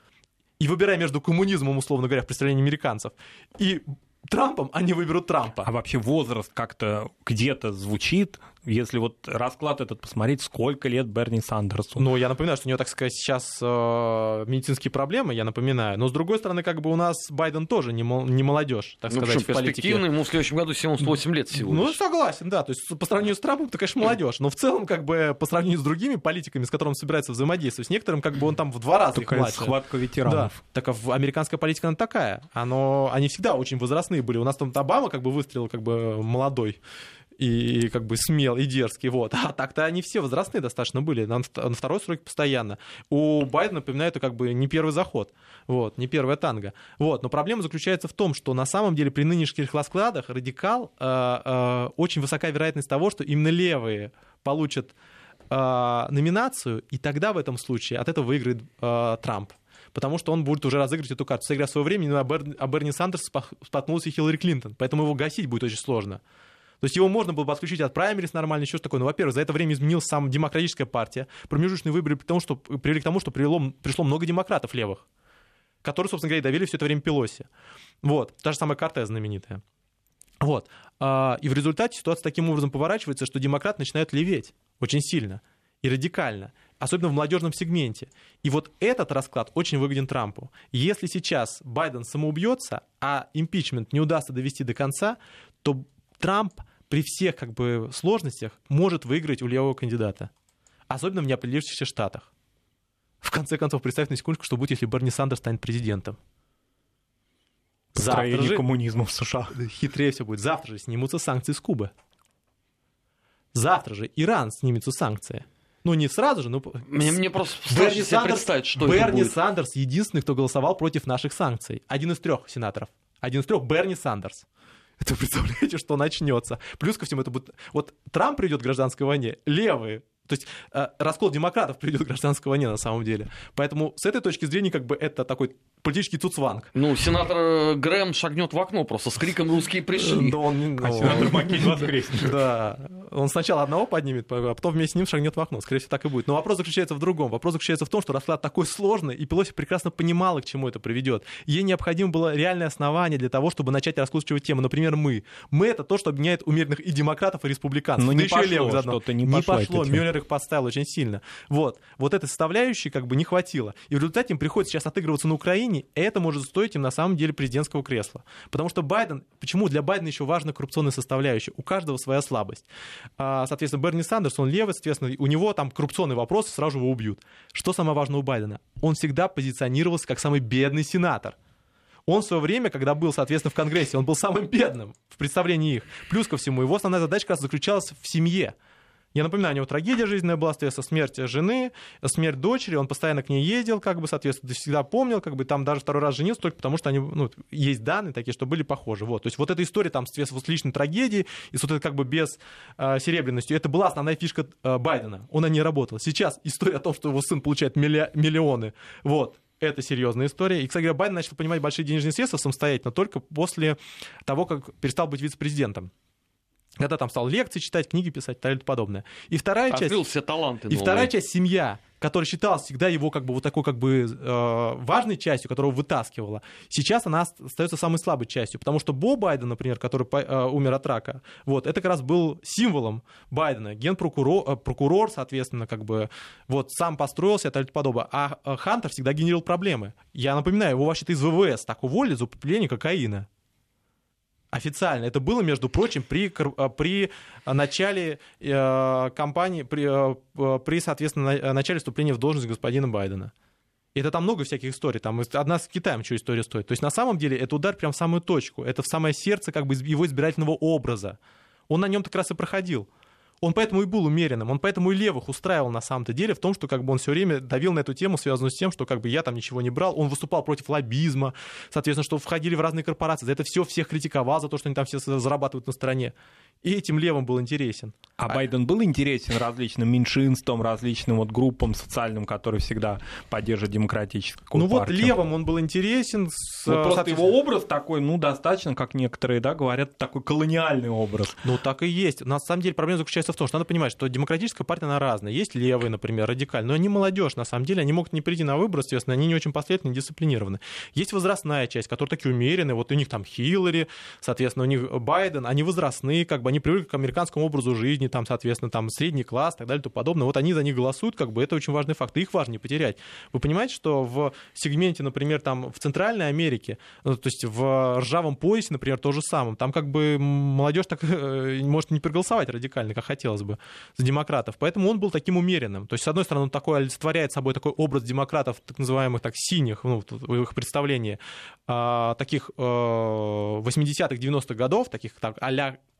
И выбирая между коммунизмом, условно говоря, в представлении американцев, и Трампом, они выберут Трампа. А вообще возраст как-то где-то звучит, если вот расклад этот посмотреть, сколько лет Берни Сандерсу? Ну, я напоминаю, что у него, так сказать, сейчас э, медицинские проблемы, я напоминаю. Но, с другой стороны, как бы у нас Байден тоже не, мол, не молодежь, так ну, сказать, что, в политике. Перспективный, ему в следующем году семьдесят восемь лет всего. Ну, согласен, да. То есть по сравнению с Трампом, то, конечно, молодежь. Но в целом, как бы, по сравнению с другими политиками, с которыми он собирается взаимодействовать, с некоторым, как бы, он там в два раза их младше. Схватка ветеранов. Да. Так а американская политика, она такая. Оно, они всегда очень возрастные были. У нас там Обама, как бы, выстрелил, как бы, молодой. и как бы смел, и дерзкий, вот. А так-то они все возрастные достаточно были, на, на второй сроке постоянно. У Байдена, напоминаю, это как бы не первый заход, вот, не первая танго. Вот. Но проблема заключается в том, что на самом деле при нынешних раскладах радикал э, э, очень высока вероятность того, что именно левые получат э, номинацию, и тогда в этом случае от этого выиграет э, Трамп. Потому что он будет уже разыгрывать эту карту. Кстати говоря, в свое время о Берни Сандерс споткнулся и Хиллари Клинтон, поэтому его гасить будет очень сложно. То есть его можно было бы отключить от праймерис нормально, еще что такое. Но, во-первых, за это время изменилась сама демократическая партия. Промежуточные выборы при том, что, привели к тому, что привело, пришло много демократов левых, которые, собственно говоря, и давили все это время Пелоси. Вот. Та же самая Кортес знаменитая. Вот. И в результате ситуация таким образом поворачивается, что демократы начинают леветь очень сильно и радикально, особенно в молодежном сегменте. И вот этот расклад очень выгоден Трампу. Если сейчас Байден самоубьется, а импичмент не удастся довести до конца, то Трамп при всех как бы сложностях может выиграть у левого кандидата. Особенно в неопределившихся штатах. В конце концов, представьте на секундочку, что будет, если Берни Сандерс станет президентом. Построение Завтра же, коммунизма в США. хитрее все будет. Завтра же снимутся санкции с Кубы. Завтра же Иран снимется санкции. Ну, не сразу же, но... Мне, мне просто Берни себе Сандерс, представить, что Берни это будет. Сандерс единственный, кто голосовал против наших санкций. Один из трех сенаторов. Один из трех Берни Сандерс. Это представляете, что начнется. Плюс ко всему это будет... Вот Трамп придет к гражданской войне, левые. То есть э, раскол демократов придет к гражданской войне на самом деле. Поэтому с этой точки зрения как бы это такой политический цуцванг. Ну, сенатор Грэм шагнет в окно просто с криком «Русские пришли». Да, он, не- А ну, сенатор Маккейн воскреснет. Да, он сначала одного поднимет, а потом вместе с ним шагнет в окно. Скорее всего, так и будет. Но вопрос заключается в другом. Вопрос заключается в том, что расклад такой сложный, и Пелоси прекрасно понимала, к чему это приведет. Ей необходимо было реальное основание для того, чтобы начать раскручивать тему. Например, мы. Мы — это то, что объединяет умеренных и демократов, и республиканцев. Но Да не еще и пошло левых заодно. что-то, не Не пошла пошло. эта тема. Мюллер их подставил очень сильно. Вот. Вот этой составляющей как бы не хватило. И в результате им приходится сейчас отыгрываться на Украине, и это может стоить им на самом деле президентского кресла. Потому что Байден... Почему для Байдена еще важна коррупционная составляющая? У каждого своя слабость. А, соответственно, Берни Сандерс, он левый, соответственно, у него там коррупционные вопросы, сразу же его убьют. Что самое важное у Байдена? Он всегда позиционировался как самый бедный сенатор. Он в свое время, когда был, соответственно, в Конгрессе, он был самым бедным в представлении их. Плюс ко всему, его основная задача как раз заключалась в семье. Я напоминаю, у него трагедия жизненная была, соответственно, смерть жены, смерть дочери, он постоянно к ней ездил, как бы, соответственно, всегда помнил, как бы там даже второй раз женился, только потому что они, ну, есть данные такие, что были похожи. Вот. То есть вот эта история там с с личной трагедией и с вот этой как бы без э, серебряностью, это была основная фишка э, Байдена, он на ней работал. Сейчас история о том, что его сын получает милли- миллионы, вот. Это серьезная история. И, кстати говоря, Байден начал понимать большие денежные средства самостоятельно только после того, как перестал быть вице-президентом. Когда там стал лекции читать, книги писать и так далее и подобное. И вторая Открыл часть... все таланты И новые. вторая часть — семья, которая считалась всегда его как бы вот такой как бы э, важной частью, которую вытаскивала. Сейчас она остается самой слабой частью, потому что Бо Байден, например, который э, умер от рака, вот, это как раз был символом Байдена. Генпрокурор, э, прокурор, соответственно, как бы вот сам построился и так далее и подобное. А э, Хантер всегда генерировал проблемы. Я напоминаю, его вообще-то из ВВС так уволили за употребление кокаина. Официально. Это было, между прочим, при, при начале э, кампании, при, э, при, соответственно, начале вступления в должность господина Байдена. И это там много всяких историй. Там одна с Китаем что история стоит. То есть на самом деле это удар прям в самую точку. Это в самое сердце как бы его избирательного образа. Он на нем как раз и проходил. Он поэтому и был умеренным, он поэтому и левых устраивал на самом-то деле в том, что как бы он все время давил на эту тему, связанную с тем, что как бы я там ничего не брал. Он выступал против лоббизма, соответственно, что входили в разные корпорации. За это все всех критиковал, за то, что они там все зарабатывают на стороне. И этим левым был интересен. А Байден был интересен различным меньшинствам, различным вот группам социальным, которые всегда поддерживают демократическую ну партию? Вот левым он был интересен. С, вот просто соответственно... его образ такой, ну, достаточно, как некоторые, да, говорят, такой колониальный образ. Ну, так и есть. На самом деле проблема заключается в том, что надо понимать, что демократическая партия, она разная. Есть левые, например, радикальные, но они молодежь, на самом деле, они могут не прийти на выборы, естественно, они не очень последовательны, дисциплинированы. Есть возрастная часть, которые такие умеренные, вот у них там Хиллари, соответственно, у них Байден, они возрастные, как бы они привыкли к американскому образу жизни, там, соответственно, там средний класс и так далее и тому подобное. Вот они за них голосуют, как бы это очень важный факт, и их важно не потерять. Вы понимаете, что в сегменте, например, там в Центральной Америке, ну, то есть в ржавом поясе, например, то же самое, там как бы молодежь так может не проголосовать радикально, как хотелось бы, за демократов. Поэтому он был таким умеренным. То есть, с одной стороны, он такой олицетворяет собой такой образ демократов, так называемых так синих, ну, в их представлении, а, таких а, восьмидесятых, девяностых годов, таких так, а-ля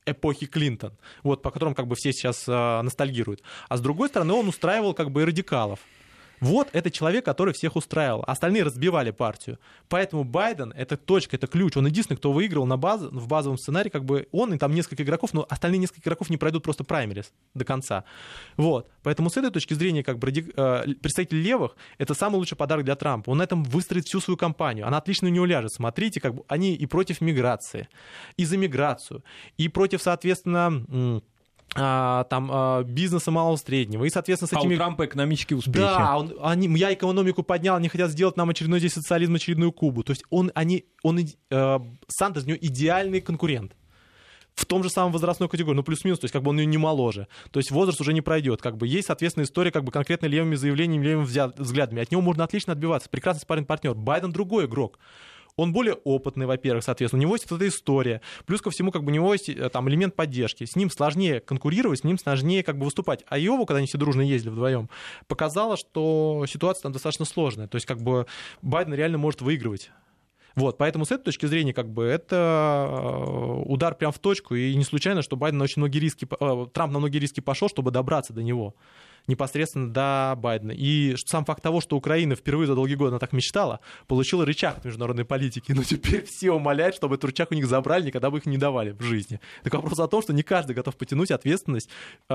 эпохи Клинтон, вот, по которым как бы все сейчас э, ностальгируют. А с другой стороны, он устраивал как бы и радикалов. Вот это человек, который всех устраивал. Остальные разбивали партию. Поэтому Байден — это точка, это ключ. Он единственный, кто выиграл на баз... в базовом сценарии. Как бы он и там несколько игроков, но остальные несколько игроков не пройдут просто праймерис до конца. Вот. Поэтому с этой точки зрения как бы, ради... представитель левых — это самый лучший подарок для Трампа. Он на этом выстроит всю свою кампанию. Она отлично у него ляжет. Смотрите, как бы они и против миграции, и за миграцию, и против, соответственно... А, там а, бизнеса малого среднего, и, соответственно, с этими... А у Трампа экономические успехи. Да, он, они, я экономику поднял, они хотят сделать нам очередной здесь социализм, очередную Кубу. То есть он, они, он, э, Сандерс для него идеальный конкурент. В том же самом возрастной категории, ну плюс-минус, то есть как бы он не моложе. То есть возраст уже не пройдет. Как бы есть, соответственно, история как бы конкретно левыми заявлениями, левыми взглядами. От него можно отлично отбиваться. Прекрасный спарринг партнер. Байден другой игрок. Он более опытный, во-первых, соответственно, у него есть эта история. Плюс ко всему, как бы у него есть там элемент поддержки. С ним сложнее конкурировать, с ним сложнее как бы выступать. А Айова, когда они все дружно ездили вдвоем, показала, что ситуация там достаточно сложная. То есть как бы Байден реально может выигрывать. Вот, поэтому с этой точки зрения, как бы, это удар прям в точку, и не случайно, что Байден на очень многие риски, Трамп на многие риски пошел, чтобы добраться до него, непосредственно до Байдена. И сам факт того, что Украина впервые за долгие годы, она так мечтала, получила рычаг международной политики, но теперь все умоляют, чтобы этот рычаг у них забрали, никогда бы их не давали в жизни. Так вопрос о том, что не каждый готов потянуть ответственность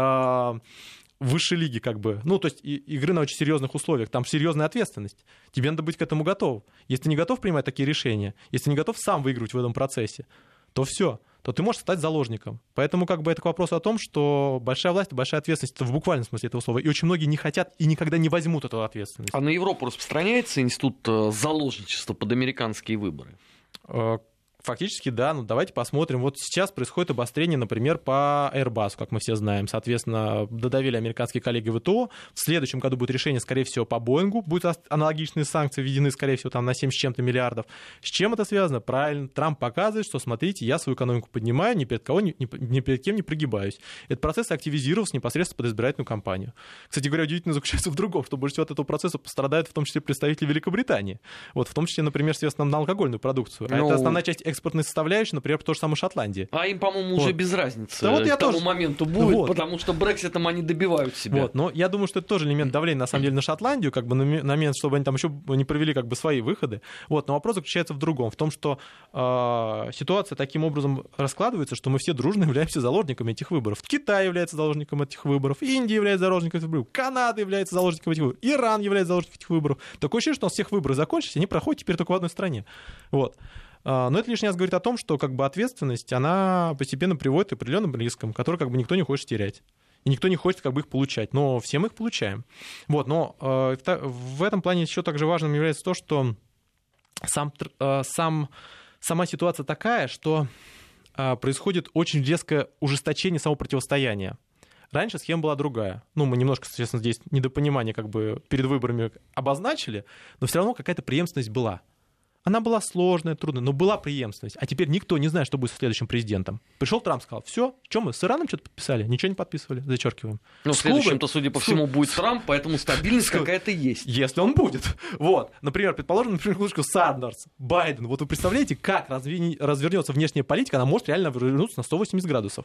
высшей лиги, как бы, ну, то есть и, игры на очень серьезных условиях, там серьезная ответственность. Тебе надо быть к этому готов. Если ты не готов принимать такие решения, если не готов сам выигрывать в этом процессе, то все, то ты можешь стать заложником. Поэтому как бы это к вопросу о том, что большая власть, большая ответственность, это в буквальном смысле этого слова, и очень многие не хотят и никогда не возьмут эту ответственность. А на Европу распространяется институт заложничества под американские выборы? Фактически, да. Ну, давайте посмотрим. Вот сейчас происходит обострение, например, по Airbus, как мы все знаем. Соответственно, додавили американские коллеги ВТО. В следующем году будет решение, скорее всего, по Боингу. Будут аналогичные санкции введены, скорее всего, там на семь с чем-то миллиардов. С чем это связано? Правильно. Трамп показывает, что, смотрите, я свою экономику поднимаю, ни перед, кого, ни, ни перед кем не прогибаюсь. Этот процесс активизировался непосредственно под избирательную кампанию. Кстати говоря, удивительно заключается в другом, что больше всего от этого процесса пострадают в том числе представители Великобритании. Вот, в том числе, например, связано на алкогольную продукцию. А ну... это основная часть экспортной составляющей, например, в той же самой Шотландии. А им, по-моему, вот. уже без разницы да вот я к тому тоже... моменту будет, вот. Потому что Брекситом они добивают себя. Вот. Но я думаю, что это тоже элемент давления, на самом деле, на Шотландию, как бы на момент, чтобы они там еще не провели как бы свои выходы. Вот. Но вопрос заключается в другом, в том, что э, ситуация таким образом раскладывается, что мы все дружно являемся заложниками этих выборов. Китай является заложником этих выборов, Индия является заложником этих выборов, Канада является заложником этих выборов, Иран является заложником этих выборов. Такое ощущение, что у нас всех выборы закончились, они проходят теперь только в одной стране. Вот. Но это лишний раз говорит о том, что как бы ответственность, она постепенно приводит к определенным рискам, которые как бы никто не хочет терять. И никто не хочет как бы их получать. Но все мы их получаем. Вот. Но э, в этом плане еще также важным является то, что сам, э, сам, сама ситуация такая, что э, происходит очень резкое ужесточение самого противостояния. Раньше схема была другая. Ну, мы немножко, соответственно, здесь недопонимание как бы перед выборами обозначили, но все равно какая-то преемственность была. Она была сложная, трудная, но была преемственность. А теперь никто не знает, что будет со следующим президентом. Пришел Трамп, сказал, все, что мы с Ираном что-то подписали? Ничего не подписывали, зачеркиваем. Ну, следующим-то, судя по всему, будет Трамп, поэтому стабильность какая-то есть. Если он будет. Вот. Например, предположим, например, Сандерс, Байден. Вот вы представляете, как развернется внешняя политика, она может реально вернуться на сто восемьдесят градусов.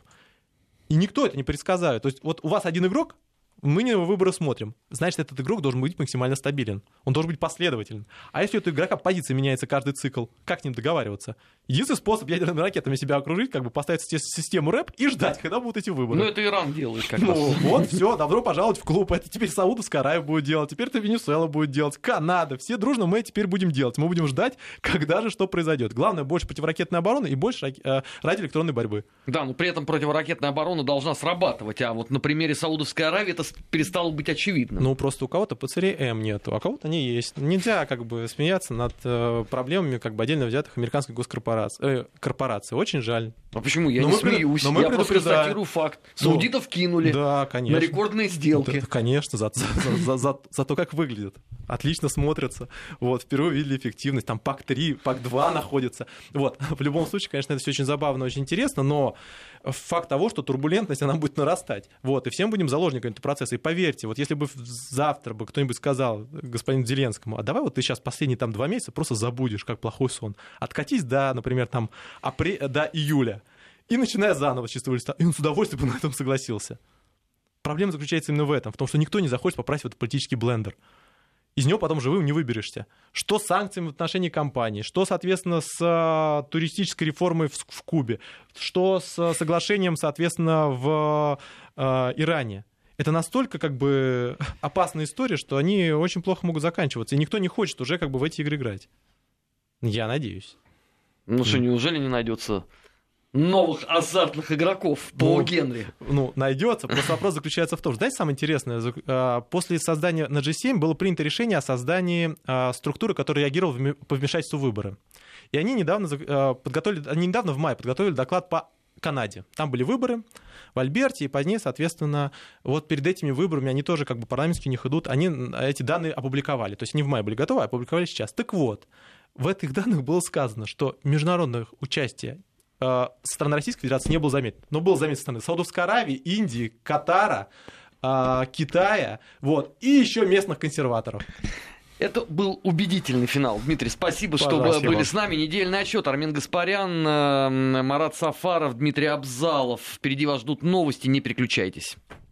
И никто это не предсказывает. То есть вот у вас один игрок, мы на его выборы смотрим. Значит, этот игрок должен быть максимально стабилен. Он должен быть последователен. А если у этого игрока позиция меняется каждый цикл, как с ним договариваться? Единственный способ ядерными ракетами себя окружить, как бы поставить систему рэп и ждать, когда будут эти выборы. Ну, это Иран делает как ну, раз. Вот, все, добро пожаловать в клуб. Это теперь Саудовская Аравия будет делать, теперь это Венесуэла будет делать, Канада. Все дружно мы теперь будем делать. Мы будем ждать, когда же что произойдет. Главное, больше противоракетной обороны и больше э, радиоэлектронной борьбы. Да, но при этом противоракетная оборона должна срабатывать. А вот на примере Саудовской Аравии это перестало быть очевидным. Ну, просто у кого-то пэ цэ эр эм нету, а у кого-то они есть. Нельзя как бы смеяться над э, проблемами как бы отдельно взятых американских госкорпораций. Э, корпораций. Очень жаль. А почему? Я но не мы смеюсь. но мы я просто констатирую факт. Саудитов ну, кинули да, конечно. на рекордные сделки. Да, конечно, за, за, за, за, за то, как выглядят. Отлично смотрятся. Вот, впервые увидели эффективность. Там пак три, пак два находится. Вот. В любом случае, конечно, это все очень забавно, очень интересно, но факт того, что турбулентность, она будет нарастать. Вот. И всем будем заложниками этого процесса. И поверьте, вот если бы завтра бы кто-нибудь сказал господину Зеленскому, а давай вот ты сейчас последние там два месяца просто забудешь, как плохой сон. Откатись до, например, там, апре... до июля. и начиная заново с чистого листа. И он с удовольствием бы на этом согласился. Проблема заключается именно в этом, в том, что никто не захочет попасть в этот политический блендер. Из него потом живым не выберешься. Что с санкциями в отношении компании, что, соответственно, с а, туристической реформой в, в Кубе, что с соглашением, соответственно, в а, Иране. Это настолько как бы опасная история, что они очень плохо могут заканчиваться. И никто не хочет уже как бы в эти игры играть. Я надеюсь. Ну что, неужели не найдется новых азартных игроков по ну, Генри? Ну, найдется. Просто вопрос заключается в том, что, знаете, самое интересное, после создания на джи семь было принято решение о создании структуры, которая реагировала по вмешательству в выборы. И они недавно подготовили, они недавно в мае подготовили доклад по Канаде. Там были выборы в Альберте, и позднее, соответственно, вот перед этими выборами, они тоже как бы парламентские у них идут, они эти данные опубликовали. То есть они в мае были готовы, а опубликовали сейчас. Так вот, в этих данных было сказано, что международных участия со стороны Российской Федерации не было заметно. Но было заметно со стороны Саудовской Аравии, Индии, Катара, Китая, вот, и еще местных консерваторов. Это был убедительный финал. Дмитрий, спасибо, Пожалуйста. что были с нами. Недельный отчет. Армен Гаспарян, Марат Сафаров, Дмитрий Абзалов. Впереди вас ждут новости, не переключайтесь.